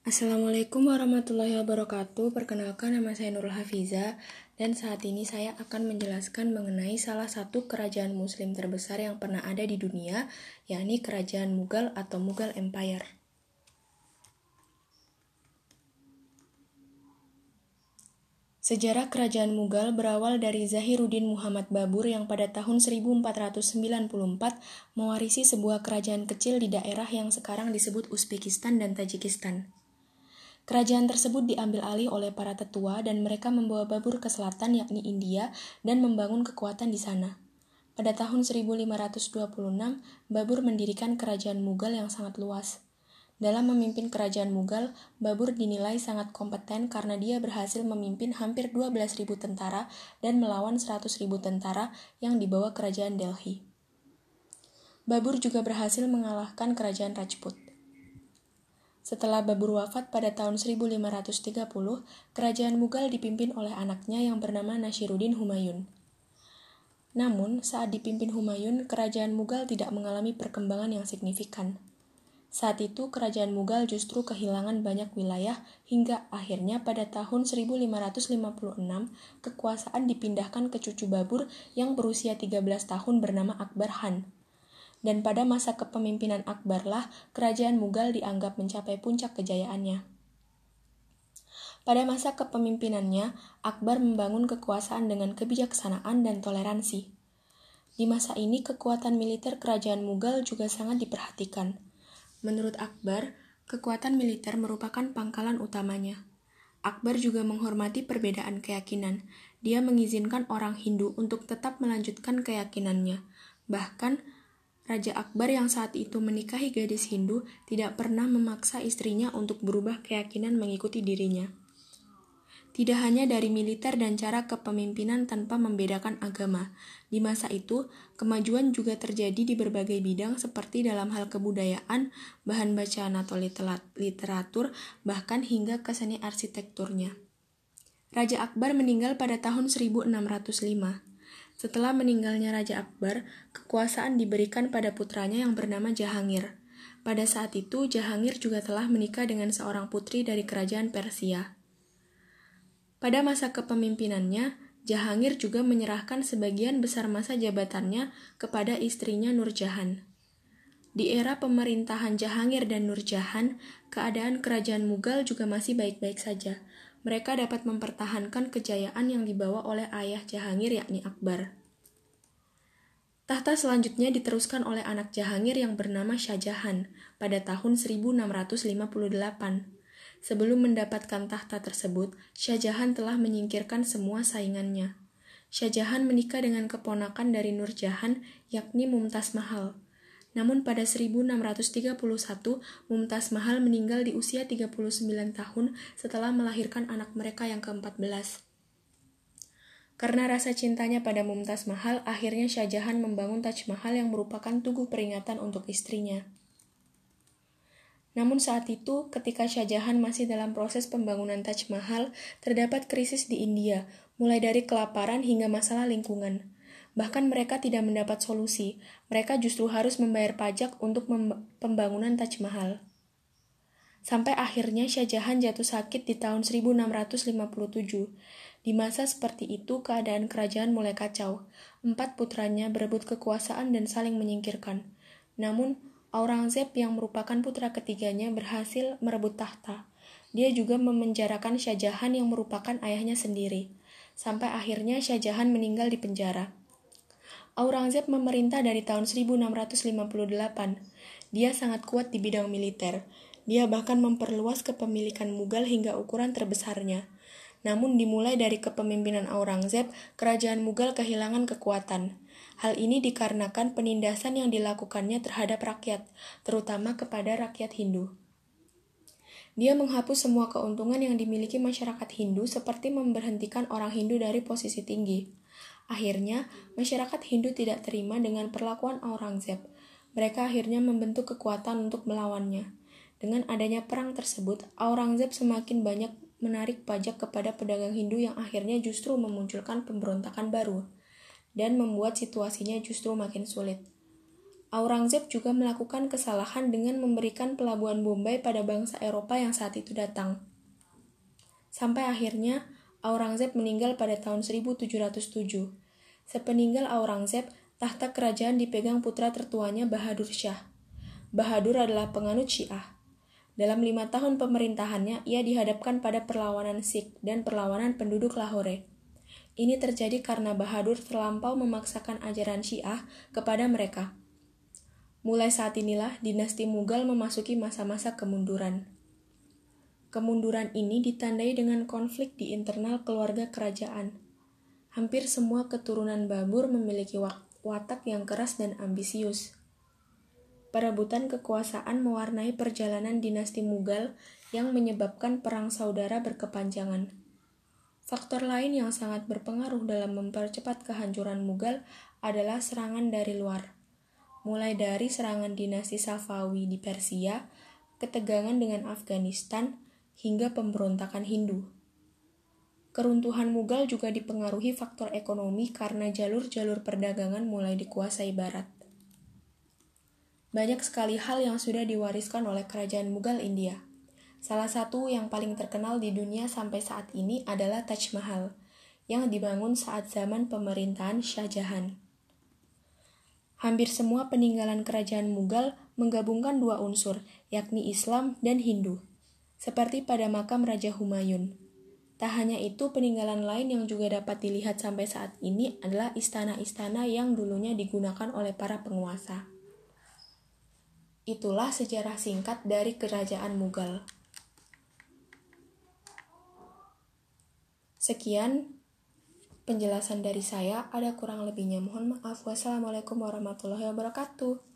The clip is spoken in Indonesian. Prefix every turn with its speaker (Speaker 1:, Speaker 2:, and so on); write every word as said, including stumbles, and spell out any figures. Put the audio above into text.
Speaker 1: Assalamualaikum warahmatullahi wabarakatuh. Perkenalkan, nama saya Nurul Hafiza dan saat ini saya akan menjelaskan mengenai salah satu kerajaan muslim terbesar yang pernah ada di dunia, yakni Kerajaan Mughal atau Mughal Empire. Sejarah Kerajaan Mughal berawal dari Zahiruddin Muhammad Babur yang pada tahun seribu empat ratus sembilan puluh empat mewarisi sebuah kerajaan kecil di daerah yang sekarang disebut Uzbekistan dan Tajikistan. Kerajaan tersebut diambil alih oleh para tetua dan mereka membawa Babur ke selatan yakni India dan membangun kekuatan di sana. Pada tahun seribu lima ratus dua puluh enam, Babur mendirikan kerajaan Mughal yang sangat luas. Dalam memimpin kerajaan Mughal, Babur dinilai sangat kompeten karena dia berhasil memimpin hampir dua belas ribu tentara dan melawan seratus ribu tentara yang dibawa kerajaan Delhi. Babur juga berhasil mengalahkan kerajaan Rajput. Setelah Babur wafat pada tahun seribu lima ratus tiga puluh, kerajaan Mughal dipimpin oleh anaknya yang bernama Nasiruddin Humayun. Namun, saat dipimpin Humayun, kerajaan Mughal tidak mengalami perkembangan yang signifikan. Saat itu, kerajaan Mughal justru kehilangan banyak wilayah hingga akhirnya pada tahun seribu lima ratus lima puluh enam, kekuasaan dipindahkan ke cucu Babur yang berusia tiga belas tahun bernama Akbar Khan. Dan pada masa kepemimpinan Akbarlah, kerajaan Mughal dianggap mencapai puncak kejayaannya. Pada masa kepemimpinannya, Akbar membangun kekuasaan dengan kebijaksanaan dan toleransi. Di masa ini, kekuatan militer kerajaan Mughal juga sangat diperhatikan. Menurut Akbar, kekuatan militer merupakan pangkalan utamanya. Akbar juga menghormati perbedaan keyakinan. Dia mengizinkan orang Hindu untuk tetap melanjutkan keyakinannya. Bahkan, Raja Akbar yang saat itu menikahi gadis Hindu tidak pernah memaksa istrinya untuk berubah keyakinan mengikuti dirinya. Tidak hanya dari militer dan cara kepemimpinan tanpa membedakan agama. Di masa itu, kemajuan juga terjadi di berbagai bidang seperti dalam hal kebudayaan, bahan bacaan atau literatur, bahkan hingga ke seni arsitekturnya. Raja Akbar meninggal pada tahun seribu enam ratus lima. Setelah meninggalnya Raja Akbar, kekuasaan diberikan pada putranya yang bernama Jahangir. Pada saat itu, Jahangir juga telah menikah dengan seorang putri dari kerajaan Persia. Pada masa kepemimpinannya, Jahangir juga menyerahkan sebagian besar masa jabatannya kepada istrinya Nurjahan. Di era pemerintahan Jahangir dan Nurjahan, keadaan kerajaan Mughal juga masih baik-baik saja. Mereka dapat mempertahankan kejayaan yang dibawa oleh ayah Jahangir yakni Akbar. Tahta selanjutnya diteruskan oleh anak Jahangir yang bernama Shah Jahan pada tahun seribu enam ratus lima puluh delapan. Sebelum mendapatkan tahta tersebut, Shah Jahan telah menyingkirkan semua saingannya. Shah Jahan menikah dengan keponakan dari Nurjahan, yakni Mumtaz Mahal. Namun pada seribu enam ratus tiga puluh satu, Mumtaz Mahal meninggal di usia tiga puluh sembilan tahun setelah melahirkan anak mereka yang keempat belas. Karena rasa cintanya pada Mumtaz Mahal, akhirnya Shah Jahan membangun Taj Mahal yang merupakan tugu peringatan untuk istrinya. Namun saat itu, ketika Shah Jahan masih dalam proses pembangunan Taj Mahal, terdapat krisis di India, mulai dari kelaparan hingga masalah lingkungan. Bahkan mereka tidak mendapat solusi, mereka justru harus membayar pajak untuk mem- pembangunan Taj Mahal. Sampai akhirnya Shah Jahan jatuh sakit di tahun seribu enam ratus lima puluh tujuh. Di masa seperti itu, keadaan kerajaan mulai kacau. Empat putranya berebut kekuasaan dan saling menyingkirkan. Namun, Aurangzeb yang merupakan putra ketiganya berhasil merebut tahta. Dia juga memenjarakan Shah Jahan yang merupakan ayahnya sendiri. Sampai akhirnya Shah Jahan meninggal di penjara. Aurangzeb memerintah dari tahun seribu enam ratus lima puluh delapan. Dia sangat kuat di bidang militer. Dia bahkan memperluas kepemilikan Mughal hingga ukuran terbesarnya. Namun dimulai dari kepemimpinan Aurangzeb, kerajaan Mughal kehilangan kekuatan. Hal ini dikarenakan penindasan yang dilakukannya terhadap rakyat, terutama kepada rakyat Hindu. Dia menghapus semua keuntungan yang dimiliki masyarakat Hindu seperti memberhentikan orang Hindu dari posisi tinggi. Akhirnya, masyarakat Hindu tidak terima dengan perlakuan Aurangzeb. Mereka akhirnya membentuk kekuatan untuk melawannya. Dengan adanya perang tersebut, Aurangzeb semakin banyak menarik pajak kepada pedagang Hindu yang akhirnya justru memunculkan pemberontakan baru dan membuat situasinya justru makin sulit. Aurangzeb juga melakukan kesalahan dengan memberikan pelabuhan Bombay pada bangsa Eropa yang saat itu datang. Sampai akhirnya, Aurangzeb meninggal pada tahun seribu tujuh ratus tujuh. Sepeninggal Aurangzeb, tahta kerajaan dipegang putra tertuanya Bahadur Shah. Bahadur adalah penganut Syiah. Dalam lima tahun pemerintahannya, ia dihadapkan pada perlawanan Sikh dan perlawanan penduduk Lahore. Ini terjadi karena Bahadur terlampau memaksakan ajaran Syiah kepada mereka. Mulai saat inilah dinasti Mughal memasuki masa-masa kemunduran. Kemunduran ini ditandai dengan konflik di internal keluarga kerajaan. Hampir semua keturunan Babur memiliki watak yang keras dan ambisius. Perebutan kekuasaan mewarnai perjalanan dinasti Mughal yang menyebabkan perang saudara berkepanjangan. Faktor lain yang sangat berpengaruh dalam mempercepat kehancuran Mughal adalah serangan dari luar. Mulai dari serangan dinasti Safawi di Persia, ketegangan dengan Afghanistan, hingga pemberontakan Hindu. Keruntuhan Mughal juga dipengaruhi faktor ekonomi karena jalur-jalur perdagangan mulai dikuasai Barat. Banyak sekali hal yang sudah diwariskan oleh kerajaan Mughal India. Salah satu yang paling terkenal di dunia sampai saat ini adalah Taj Mahal, yang dibangun saat zaman pemerintahan Shah Jahan. Hampir semua peninggalan kerajaan Mughal menggabungkan dua unsur, yakni Islam dan Hindu, seperti pada makam Raja Humayun. Tak hanya itu, peninggalan lain yang juga dapat dilihat sampai saat ini adalah istana-istana yang dulunya digunakan oleh para penguasa. Itulah sejarah singkat dari kerajaan Mughal. Sekian penjelasan dari saya, ada kurang lebihnya mohon maaf. Wassalamualaikum warahmatullahi wabarakatuh.